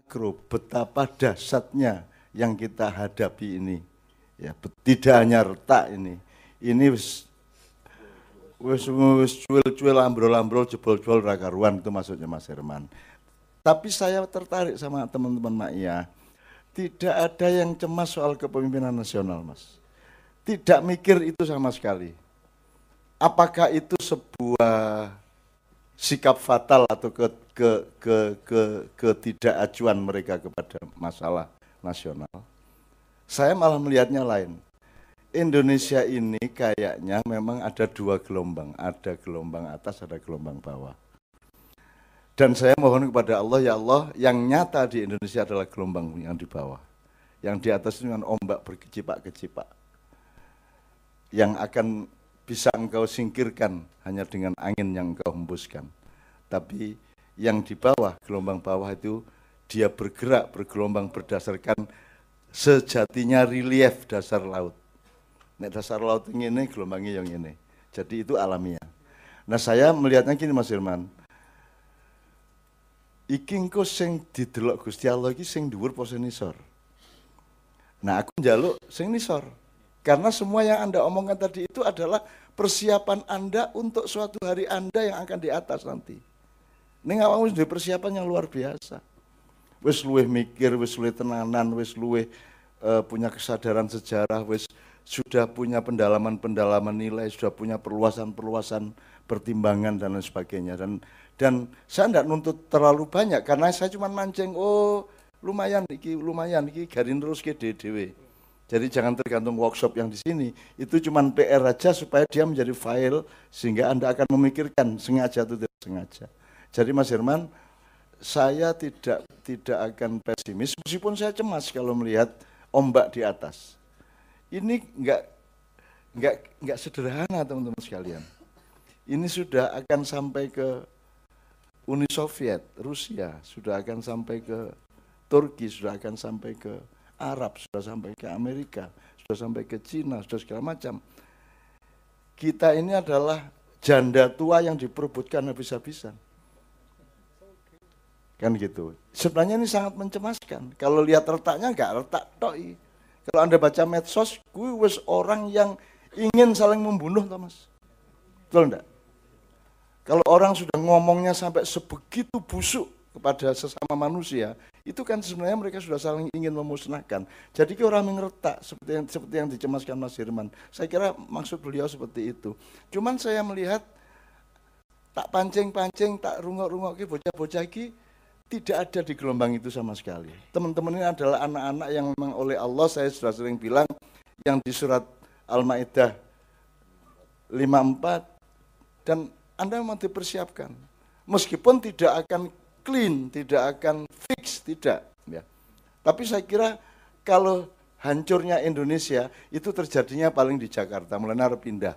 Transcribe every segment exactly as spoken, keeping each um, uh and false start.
makro betapa dahsyatnya yang kita hadapi ini. Ya, tidak hanya retak ini. Ini wis wis wis cuil-cuil ambrol-ambrol jebol-jebol ra karuan, itu maksudnya Mas Herman. Tapi saya tertarik sama teman-teman Maia. Tidak ada yang cemas soal kepemimpinan nasional, Mas. Tidak mikir itu sama sekali. Apakah itu sebuah sikap fatal atau ke, ke, ke, ke, ketidakacuan mereka kepada masalah nasional? Saya malah melihatnya lain. Indonesia ini kayaknya memang ada dua gelombang, ada gelombang atas, ada gelombang bawah. Dan saya mohon kepada Allah, ya Allah, yang nyata di Indonesia adalah gelombang yang di bawah. Yang di atas dengan ombak berkecipak-kecipak. Yang akan bisa engkau singkirkan hanya dengan angin yang engkau hembuskan. Tapi yang di bawah, gelombang bawah itu, dia bergerak, bergelombang berdasarkan sejatinya relief dasar laut. Nek dasar laut ini, gelombangnya yang ini. Jadi itu alamiah. Nah saya melihatnya gini Mas Herman, iki engko sing didelok Gusti Allah iki sing dhuwur apa sing nisor. Nah aku njaluk sing nisor. Karena semua yang Anda omongkan tadi itu adalah persiapan Anda untuk suatu hari Anda yang akan di atas nanti. Ini awakmu duwe persiapan yang luar biasa. Wis luwih mikir, wis luwih tenanan, wis luwih uh, punya kesadaran sejarah, wis sudah punya pendalaman-pendalaman nilai, sudah punya perluasan-perluasan pertimbangan dan lain sebagainya. Dan dan saya tidak nuntut terlalu banyak karena saya cuma mancing, oh lumayan iki lumayan iki garin terus ke D D W. Jadi jangan tergantung workshop yang di sini, itu cuma P R aja supaya dia menjadi file sehingga Anda akan memikirkan sengaja atau tidak sengaja. Jadi Mas Herman, saya tidak tidak akan pesimis meskipun saya cemas kalau melihat ombak di atas. Ini enggak enggak enggak sederhana teman-teman sekalian. Ini sudah akan sampai ke Uni Soviet, Rusia, sudah akan sampai ke Turki, sudah akan sampai ke Arab, sudah sampai ke Amerika, sudah sampai ke Cina, sudah segala macam. Kita ini adalah janda tua yang diperebutkan habis-habisan. Kan gitu. Sebenarnya ini sangat mencemaskan. Kalau lihat retaknya enggak retak toi. Kalau Anda baca medsos, gue wis orang yang ingin saling membunuh, Thomas. Betul enggak? Kalau orang sudah ngomongnya sampai sebegitu busuk kepada sesama manusia, itu kan sebenarnya mereka sudah saling ingin memusnahkan. Jadi orang mengertak seperti yang, seperti yang dicemaskan Mas Herman. Saya kira maksud beliau seperti itu. Cuman saya melihat tak pancing-pancing, tak rungok-rungok ke bocah-bocah ki tidak ada di gelombang itu sama sekali. Teman-teman ini adalah anak-anak yang memang oleh Allah, saya sudah sering bilang, yang di surat Al-Ma'idah lima puluh empat, dan Anda memang dipersiapkan. Meskipun tidak akan clean, tidak akan fix, tidak. Ya. Tapi saya kira kalau hancurnya Indonesia, itu terjadinya paling di Jakarta, mulai harus pindah.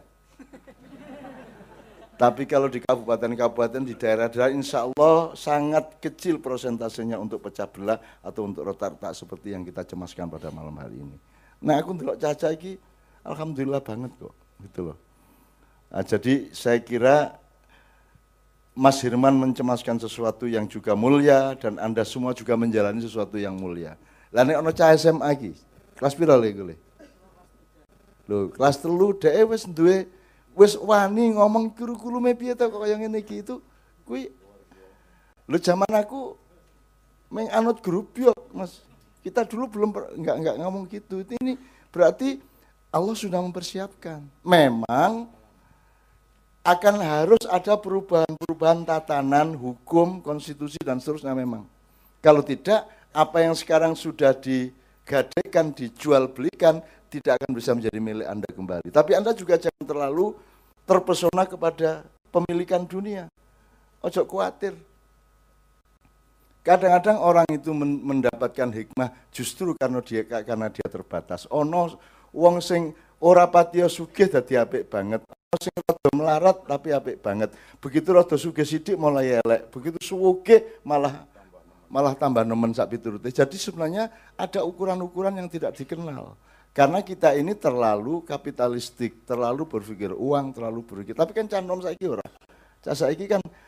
Tapi kalau di kabupaten-kabupaten, di daerah-daerah, insya Allah sangat kecil prosentasenya untuk pecah belah atau untuk retak-retak seperti yang kita cemaskan pada malam hari ini. Nah aku ndelok Caca ini, alhamdulillah banget kok, gitu loh. Nah, jadi saya kira Mas Herman mencemaskan sesuatu yang juga mulia dan Anda semua juga menjalani sesuatu yang mulia. Lah nek ono cah S M A iki, kelas piro le kuwi? Lho, kelas telu dhek wis duwe wis wani ngomong kurikulum piye to kok kaya ngene iki itu kuwi. Lho zaman aku meng anut grup yok, Mas. Kita dulu belum enggak enggak ngomong gitu. Ini berarti Allah sudah mempersiapkan. Memang akan harus ada perubahan-perubahan tatanan, hukum, konstitusi, dan seterusnya memang. Kalau tidak, apa yang sekarang sudah digadaikan, dijual belikan, tidak akan bisa menjadi milik Anda kembali. Tapi Anda juga jangan terlalu terpesona kepada pemilikan dunia. Ojo khawatir. Kadang-kadang orang itu mendapatkan hikmah justru karena dia karena dia terbatas. Ono wong sing ora patiya sugih dadi apik banget. Sing rada melarat tapi apik banget. Begitu rada sugih sithik mulai elek. Begitu sugih malah malah tambah nemen sak piturute. Jadi sebenarnya ada ukuran-ukuran yang tidak dikenal. Karena kita ini terlalu kapitalistik, terlalu berpikir uang, terlalu berpikir. Tapi kan canom saiki ora. Cah saiki kan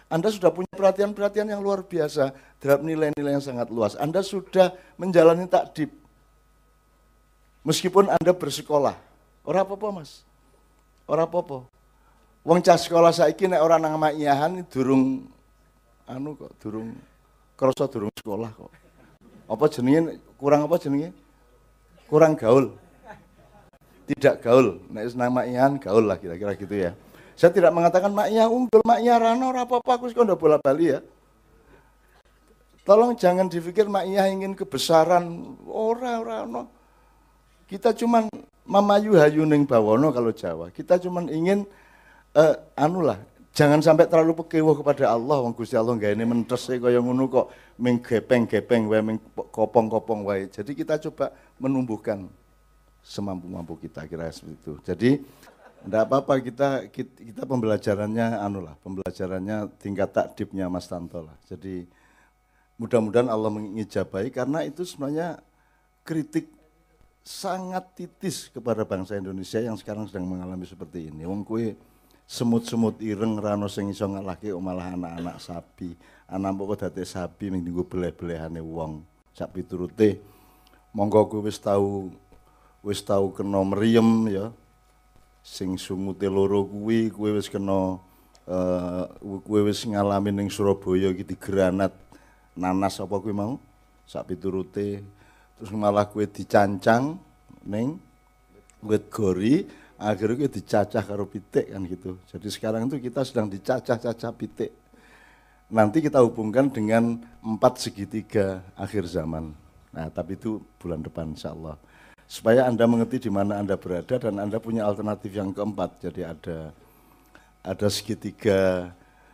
Anda sudah punya perhatian-perhatian yang luar biasa terhadap nilai-nilai yang sangat luas. Anda sudah menjalani takdib. Meskipun Anda bersekolah. Ora apa-apa, Mas. Ora apa-apa. Wong cah sekolah saiki nek ora nang makiyahan durung anu kok, durung krasa durung sekolah kok. Apa jenenge kurang apa jenenge? Kurang gaul. Tidak gaul. Nek nang makiyahan gaul lah kira-kira gitu ya. Saya tidak mengatakan maknya unggul, maknya rano, ora apa-apa aku kok ndak bola-bali ya. Tolong jangan dipikir maknya ingin kebesaran, ora ora ono. Kita cuman mamayu hayu ning bawono kalau Jawa. Kita cuman ingin uh, anu lah, jangan sampai terlalu pekewo kepada Allah. Wong Gusti Allah gaene mentes kaya ngono kok ming gepeng-gepeng wae, ming kopong-kopong wae. Jadi kita coba menumbuhkan semampu-mampu kita, kira seperti itu. Jadi enggak apa-apa, kita, kita kita pembelajarannya anu lah, pembelajarannya tingkat takdibnya Mas Tanto lah. Jadi mudah-mudahan Allah mengijabahi, karena itu sebenarnya kritik sangat titis kepada bangsa Indonesia yang sekarang sedang mengalami seperti ini. Wong kue semut-semut ireng rano sing iso ngalahke malah anak-anak sapi. Anak kok dadi sapi ning nggo beleh-belehane wong. Sak piturute monggo kowe wis tau wis tau kena mriyem ya. Sing sumute loro kuwi kowe wis kena uh, kowe wis ngalami ning Surabaya iki digranat nanas apa kuwi mau sak piturute, terus malah kowe dicancang ning wit gori, akhirnya kowe dicacah karo pitik kan gitu. Jadi sekarang itu kita sedang dicacah-cacah pitik. Nanti kita hubungkan dengan empat segitiga akhir zaman. Nah, tapi itu bulan depan insyaallah. Supaya Anda mengerti di mana Anda berada dan Anda punya alternatif yang keempat. Jadi ada ada segitiga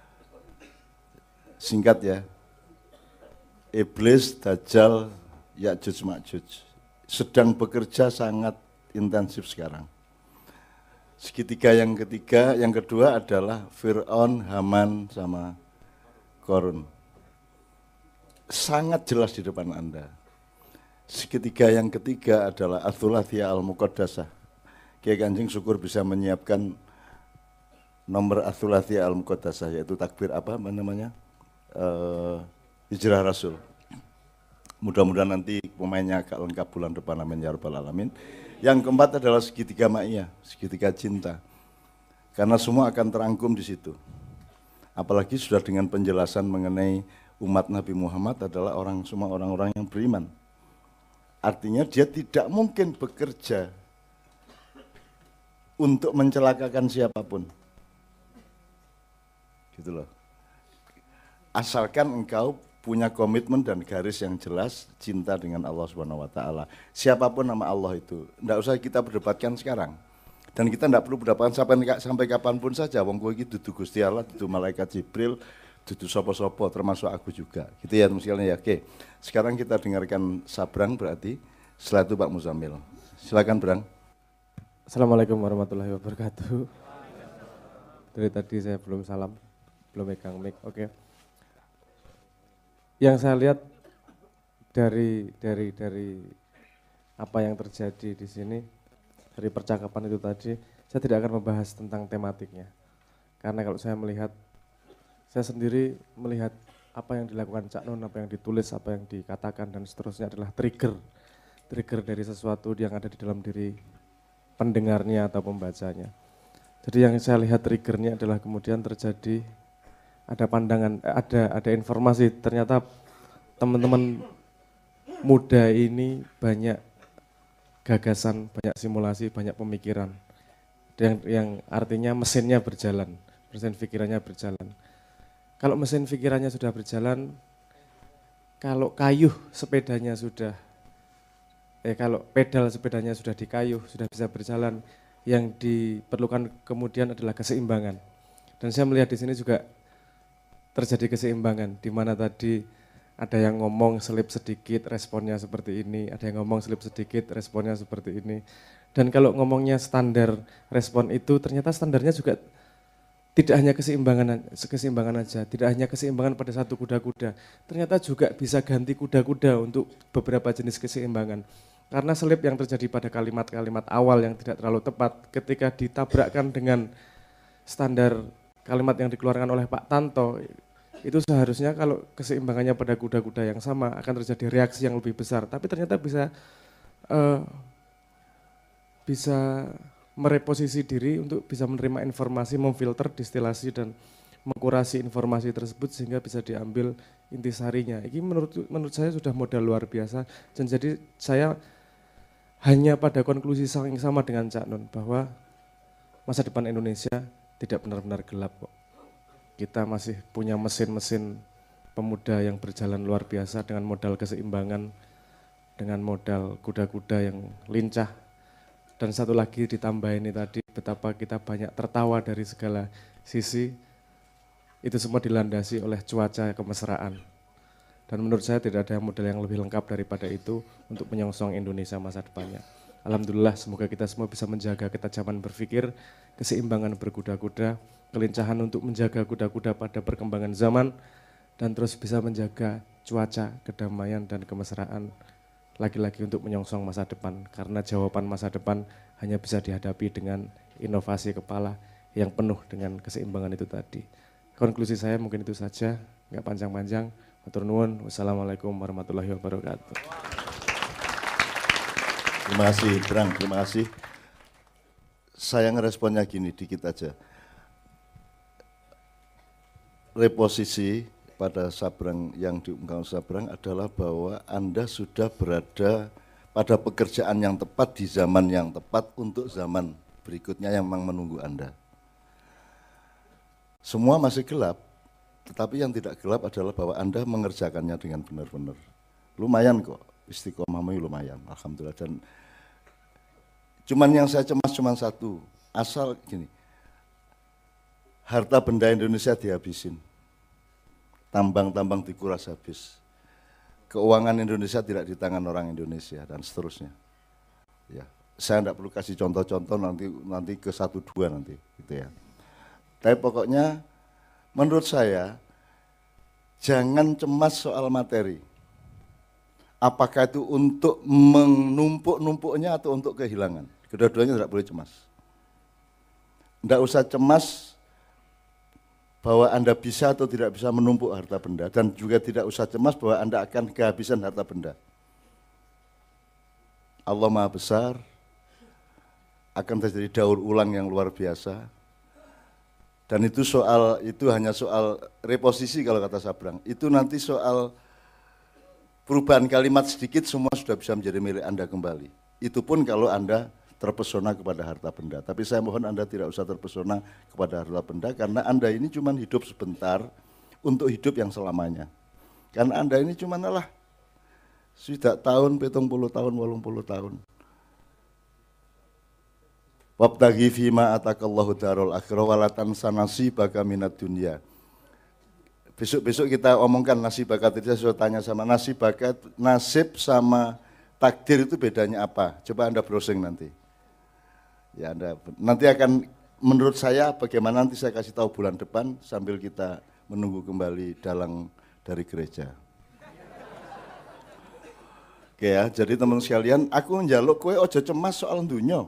singkat ya. Iblis, Dajjal, Ya'juj Ma'juj sedang bekerja sangat intensif sekarang. Segitiga yang ketiga, yang kedua adalah Fir'aun, Haman, sama Korun. Sangat jelas di depan Anda. Segitiga yang ketiga adalah Ats-Tsulatsiyah Al-Muqaddasah. Kiai Kanjeng syukur bisa menyiapkan nomor Ats-Tsulatsiyah Al-Muqaddasah, yaitu takbir apa namanya? Uh, Hijrah Rasul. Mudah-mudahan nanti pemainnya agak lengkap bulan depan, amin ya rabbal alamin. Yang keempat adalah segitiga ma'iyah, segitiga cinta. Karena semua akan terangkum di situ. Apalagi sudah dengan penjelasan mengenai umat Nabi Muhammad adalah orang semua orang-orang yang beriman. Artinya dia tidak mungkin bekerja untuk mencelakakan siapapun. Gitu loh. Asalkan engkau punya komitmen dan garis yang jelas, cinta dengan Allah Subhanahu wa taala. Siapapun nama Allah itu, enggak usah kita berdebatkan sekarang. Dan kita enggak perlu berdebatkan sampai sampai kapanpun saja. Wong kowe iki dudu Gusti Allah, dudu malaikat Jibril, dudu sapa-sapa, termasuk aku juga. Gitu ya sekalian ya. Oke. Sekarang kita dengarkan Sabrang berarti, setelah itu Pak Muzamil. Silakan Brang. Assalamualaikum warahmatullahi wabarakatuh. Dari tadi saya belum salam, belum megang mic. Oke. Yang saya lihat dari dari dari apa yang terjadi di sini, dari percakapan itu tadi, saya tidak akan membahas tentang tematiknya. Karena kalau saya melihat, saya sendiri melihat apa yang dilakukan Cak Nun, apa yang ditulis, apa yang dikatakan dan seterusnya adalah trigger. Trigger dari sesuatu yang ada di dalam diri pendengarnya atau pembacanya. Jadi yang saya lihat triggernya adalah kemudian terjadi ada pandangan, ada ada informasi, ternyata teman-teman muda ini banyak gagasan, banyak simulasi, banyak pemikiran. Yang, yang artinya mesinnya berjalan, mesin pikirannya berjalan. Kalau mesin pikirannya sudah berjalan, kalau kayuh sepedanya sudah, eh kalau pedal sepedanya sudah dikayuh, sudah bisa berjalan, yang diperlukan kemudian adalah keseimbangan. Dan saya melihat di sini juga terjadi keseimbangan, di mana tadi ada yang ngomong selip sedikit, responnya seperti ini, ada yang ngomong selip sedikit, responnya seperti ini. Dan kalau ngomongnya standar respon itu, ternyata standarnya juga tidak hanya keseimbangan, keseimbangan aja, tidak hanya keseimbangan pada satu kuda-kuda, ternyata juga bisa ganti kuda-kuda untuk beberapa jenis keseimbangan. Karena selip yang terjadi pada kalimat-kalimat awal yang tidak terlalu tepat, ketika ditabrakkan dengan standar kalimat yang dikeluarkan oleh Pak Tanto, itu seharusnya kalau keseimbangannya pada kuda-kuda yang sama akan terjadi reaksi yang lebih besar, tapi ternyata bisa uh, bisa mereposisi diri untuk bisa menerima informasi, memfilter, distilasi dan mengkurasi informasi tersebut sehingga bisa diambil intisarinya. Ini menurut menurut saya sudah modal luar biasa, dan jadi saya hanya pada konklusi yang sama dengan Cak Nun bahwa masa depan Indonesia tidak benar-benar gelap kok. Kita masih punya mesin-mesin pemuda yang berjalan luar biasa dengan modal keseimbangan, dengan modal kuda-kuda yang lincah. Dan satu lagi ditambah ini tadi, betapa kita banyak tertawa dari segala sisi, itu semua dilandasi oleh cuaca kemesraan. Dan menurut saya tidak ada modal yang lebih lengkap daripada itu untuk menyongsong Indonesia masa depannya. Alhamdulillah, semoga kita semua bisa menjaga ketajaman berpikir, keseimbangan berkuda-kuda, kelincahan untuk menjaga kuda-kuda pada perkembangan zaman, dan terus bisa menjaga cuaca, kedamaian, dan kemesraan lagi-lagi untuk menyongsong masa depan. Karena jawaban masa depan hanya bisa dihadapi dengan inovasi kepala yang penuh dengan keseimbangan itu tadi. Konklusi saya mungkin itu saja, nggak panjang-panjang. Matur nuwun, wassalamualaikum warahmatullahi wabarakatuh. Terima kasih, Brang, terima kasih. Saya ngeresponnya gini, dikit aja. Reposisi pada Sabrang yang diungkapkan Sabrang adalah bahwa Anda sudah berada pada pekerjaan yang tepat di zaman yang tepat untuk zaman berikutnya yang memang menunggu Anda. Semua masih gelap, tetapi yang tidak gelap adalah bahwa Anda mengerjakannya dengan benar-benar. Lumayan kok, istiqomahmu lumayan, alhamdulillah. Dan cuman yang saya cemas cuma satu, asal gini, harta benda Indonesia dihabisin, tambang-tambang dikuras habis, keuangan Indonesia tidak di tangan orang Indonesia dan seterusnya. Ya, saya tidak perlu kasih contoh-contoh nanti nanti ke satu dua nanti, gitu ya. Tapi pokoknya menurut saya jangan cemas soal materi. Apakah itu untuk menumpuk-numpuknya atau untuk kehilangan? Kedua-duanya tidak boleh cemas. Tidak usah cemas bahwa Anda bisa atau tidak bisa menumpuk harta benda, dan juga tidak usah cemas bahwa Anda akan kehabisan harta benda. Allah Maha Besar, akan terjadi daur ulang yang luar biasa, dan itu soal itu hanya soal reposisi kalau kata Sabrang. Itu nanti soal perubahan kalimat sedikit semua sudah bisa menjadi milik Anda kembali. Itu pun kalau Anda terpesona kepada harta benda. Tapi saya mohon Anda tidak usah terpesona kepada harta benda, karena Anda ini cuma hidup sebentar untuk hidup yang selamanya. Karena Anda ini cuma lah sudah tahun, pitung puluh tahun, walung puluh tahun. Wabtaghi fima atakallahu darul akhirah walatan sanasi baka minat dunia. Besok-besok kita omongkan nasib bakat. Saya sudah tanya sama nasib bakat, nasib sama takdir itu bedanya apa? Coba Anda browsing nanti. Ya Anda nanti akan, menurut saya bagaimana nanti saya kasih tahu bulan depan sambil kita menunggu kembali dalang dari gereja. Oke ya, jadi teman sekalian, aku njaluk kowe ojo cemas soal dunya.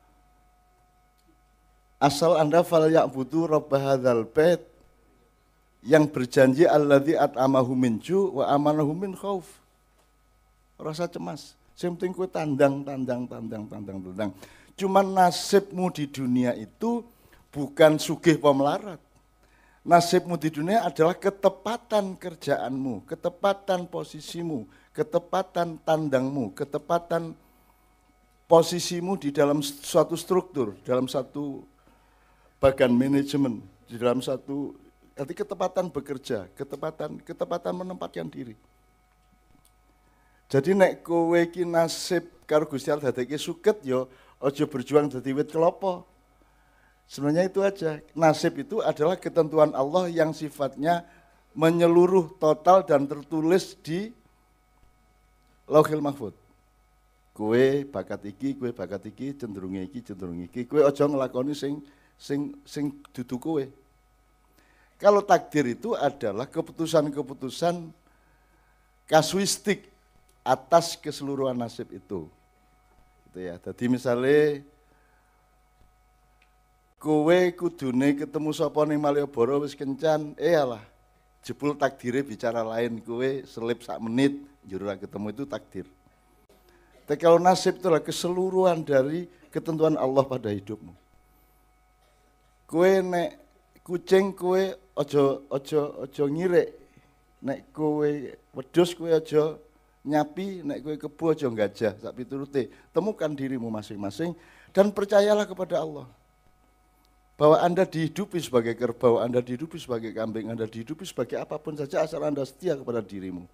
Asal Anda fal ya'budu rabb hadzal bait yang berjanji alladzi at'amahu min ju' wa amanahu min khauf. Rasa cemas. Sing penting kowe tandang, tandang, tandang, tandang, tandang. Cuman nasibmu di dunia itu bukan sugih pemelarat. Nasibmu di dunia adalah ketepatan kerjaanmu, ketepatan posisimu, ketepatan tandangmu, ketepatan posisimu di dalam suatu struktur, dalam satu bagian manajemen, di dalam satu, arti ketepatan bekerja, ketepatan ketepatan menempatkan diri. Jadi nek kowe iki nasib karo Gusti Allah dadekake suket ya aja berjuang dadi wit kelapa. Sebenarnya itu aja. Nasib itu adalah ketentuan Allah yang sifatnya menyeluruh, total dan tertulis di Lauhil Mahfuz. Kowe bakat iki, kowe bakat iki, cenderung iki, cenderung iki. Kowe aja nglakoni sing sing sing dudu kowe. Kalau takdir itu adalah keputusan-keputusan kasuistik atas keseluruhan nasib itu. Gitu ya. Jadi misalnya kowe kudune ketemu sapa ning Malioboro wis kencan, eh alah jebul takdirnya bicara lain, kowe selip sak menit, juru ketemu itu takdir. Tapi kalau nasib itu adalah keseluruhan dari ketentuan Allah pada hidupmu. Kowe nek kucing kowe ojo ojo ojo ngirek, nek kowe wedhus kowe ojo nyapi, nek kowe kebo aja gajah, sak piturute. Temukan dirimu masing-masing dan percayalah kepada Allah. Bahwa Anda dihidupi sebagai kerbau, Anda dihidupi sebagai kambing, Anda dihidupi sebagai apapun saja asal Anda setia kepada dirimu.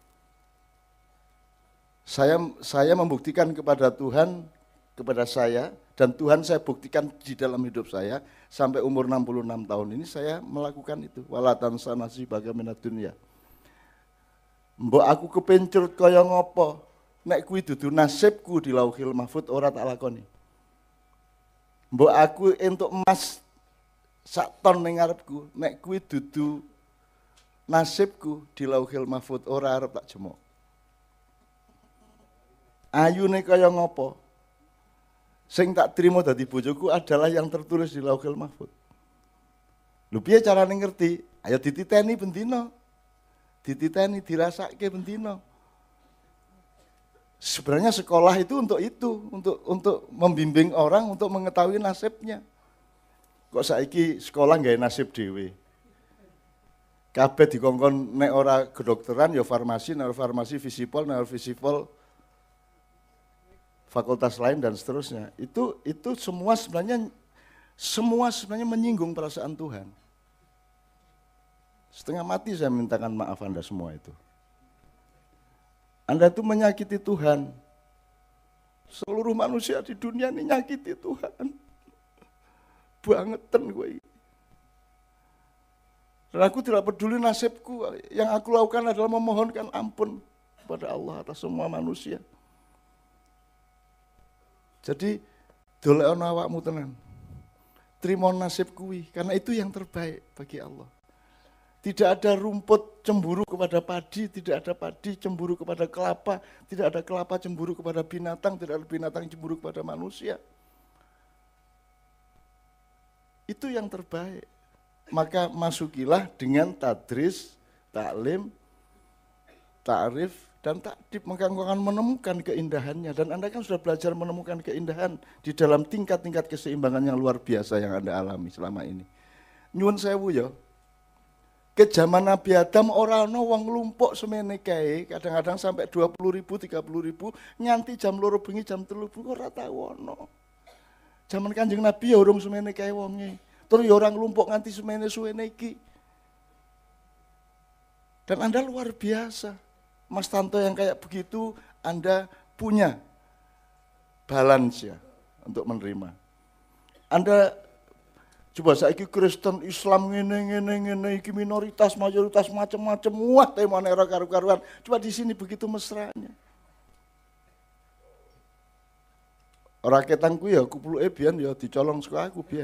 Saya saya membuktikan kepada Tuhan, kepada saya, dan Tuhan saya buktikan di dalam hidup saya, sampai umur enam puluh enam tahun ini saya melakukan itu. Wala tansa nasibaka minad dunya. Mbok aku kepencurut kaya ngopo, nek kuwi dudu nasibku di Lauhil Mahfuz ora tak lakoni. Mbok aku entuk emas sak ton ning ngarepku, nek kuwi dudu nasibku di Lauhil Mahfuz ora arep tak jemok. Ayune kaya ngopo, sing tak trimo dadi bojoku adalah yang tertulis di Lauhil Mahfuz. Lho piye carane ngerti? Ayo dititeni bendina. Dititeni, dirasake bendina. Sebenarnya sekolah itu untuk itu, untuk untuk membimbing orang untuk mengetahui nasibnya. Kok saiki sekolah nggawe nasib dhewe. Kabeh dikongkon nek ora kedokteran ya farmasi, nek farmasi visipol, nek visipol fakultas lain dan seterusnya. Itu itu semua sebenarnya semua sebenarnya menyinggung perasaan Tuhan. Setengah mati saya mintakan maaf Anda semua itu. Anda itu menyakiti Tuhan. Seluruh manusia di dunia ini nyakiti Tuhan. Bangetan gue. Dan aku tidak peduli nasibku. Yang aku lakukan adalah memohonkan ampun kepada Allah atas semua manusia. Jadi dolekno awakmu tenan. Trimo nasib kuwi karena itu yang terbaik bagi Allah. Tidak ada rumput cemburu kepada padi, tidak ada padi cemburu kepada kelapa, tidak ada kelapa cemburu kepada binatang, tidak ada binatang cemburu kepada manusia. Itu yang terbaik. Maka masukilah dengan tadris, taklim, ta'rif, dan takdib. Maka engkau akan menemukan keindahannya. Dan Anda kan sudah belajar menemukan keindahan di dalam tingkat-tingkat keseimbangan yang luar biasa yang Anda alami selama ini. Nyuwun sewu ya. Ke zaman Nabi Adam orang ana wong nglumpuk semene kae, kadang-kadang sampai dua puluh ribu, tiga puluh ribu, nganti jam loro bengi, jam telu bengi ora tau ana. Zaman Kanjeng Nabi ya urung semene kae wonge. Terus ya orang nglumpuk nganti semene suwene iki. Dan Anda luar biasa. Mas Tanto yang kayak begitu Anda punya balance ya untuk menerima. Anda coba saiki Kristen, Islam ngene ngene ngene iki minoritas, mayoritas macam-macam, wah temane ora karu-karuan. Coba di sini begitu mesranya. Ora ketangku ya kupluke biyen ya dicolong saka aku biyen.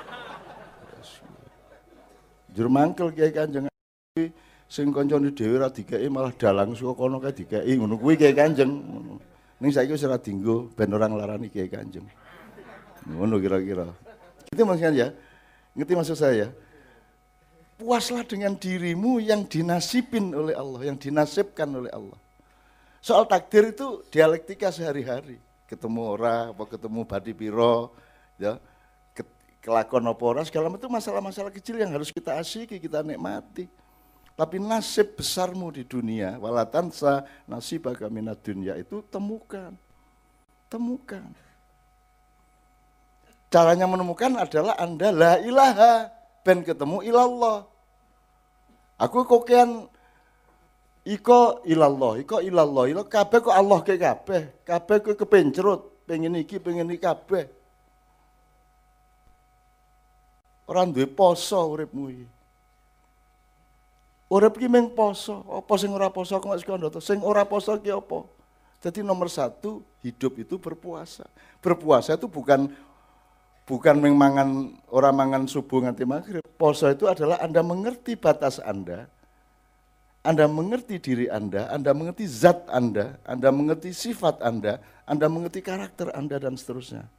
Jur mangkel Kiai Kanjeng sing kancane dhewe ra dikeki malah dalang saka kono kae dikeki ngono kuwi Kiai Kanjeng ngono. Ning saiki wis ora dienggo ben ora nglarani Kiai Kanjeng. Ngono kira-kira. Gitu maksudnya ya. Ngerti maksud saya? Puaslah dengan dirimu yang dinasibin oleh Allah, yang dinasibkan oleh Allah. Soal takdir itu dialektika sehari-hari. Ketemu ora, apa ketemu badi piro, ya, kelakon apa ora, segala macam itu masalah-masalah kecil yang harus kita asyiki, kita nikmati. Tapi nasib besarmu di dunia, wala tansa nasibaka minad dunya itu temukan. Temukan. Caranya menemukan adalah Anda la ilaha ben ketemu ilallah. Aku kokean iko ilallah, iko ilallah, ilo kabeh kok Allah ke kabeh, kabeh kok kepencrut, pengen iki, pengen iki kabeh. Ora duwe poso uripmu iki. Urip ki mung poso, apa sing ora poso kok sekondo to? Sing ora poso ki apa? Jadi nomor satu, hidup itu berpuasa. Berpuasa itu bukan bukan mangan orang mangan subuh nganti maghrib. Poso itu adalah Anda mengerti batas Anda, Anda mengerti diri Anda, Anda mengerti zat Anda, Anda mengerti sifat Anda, Anda mengerti karakter Anda dan seterusnya.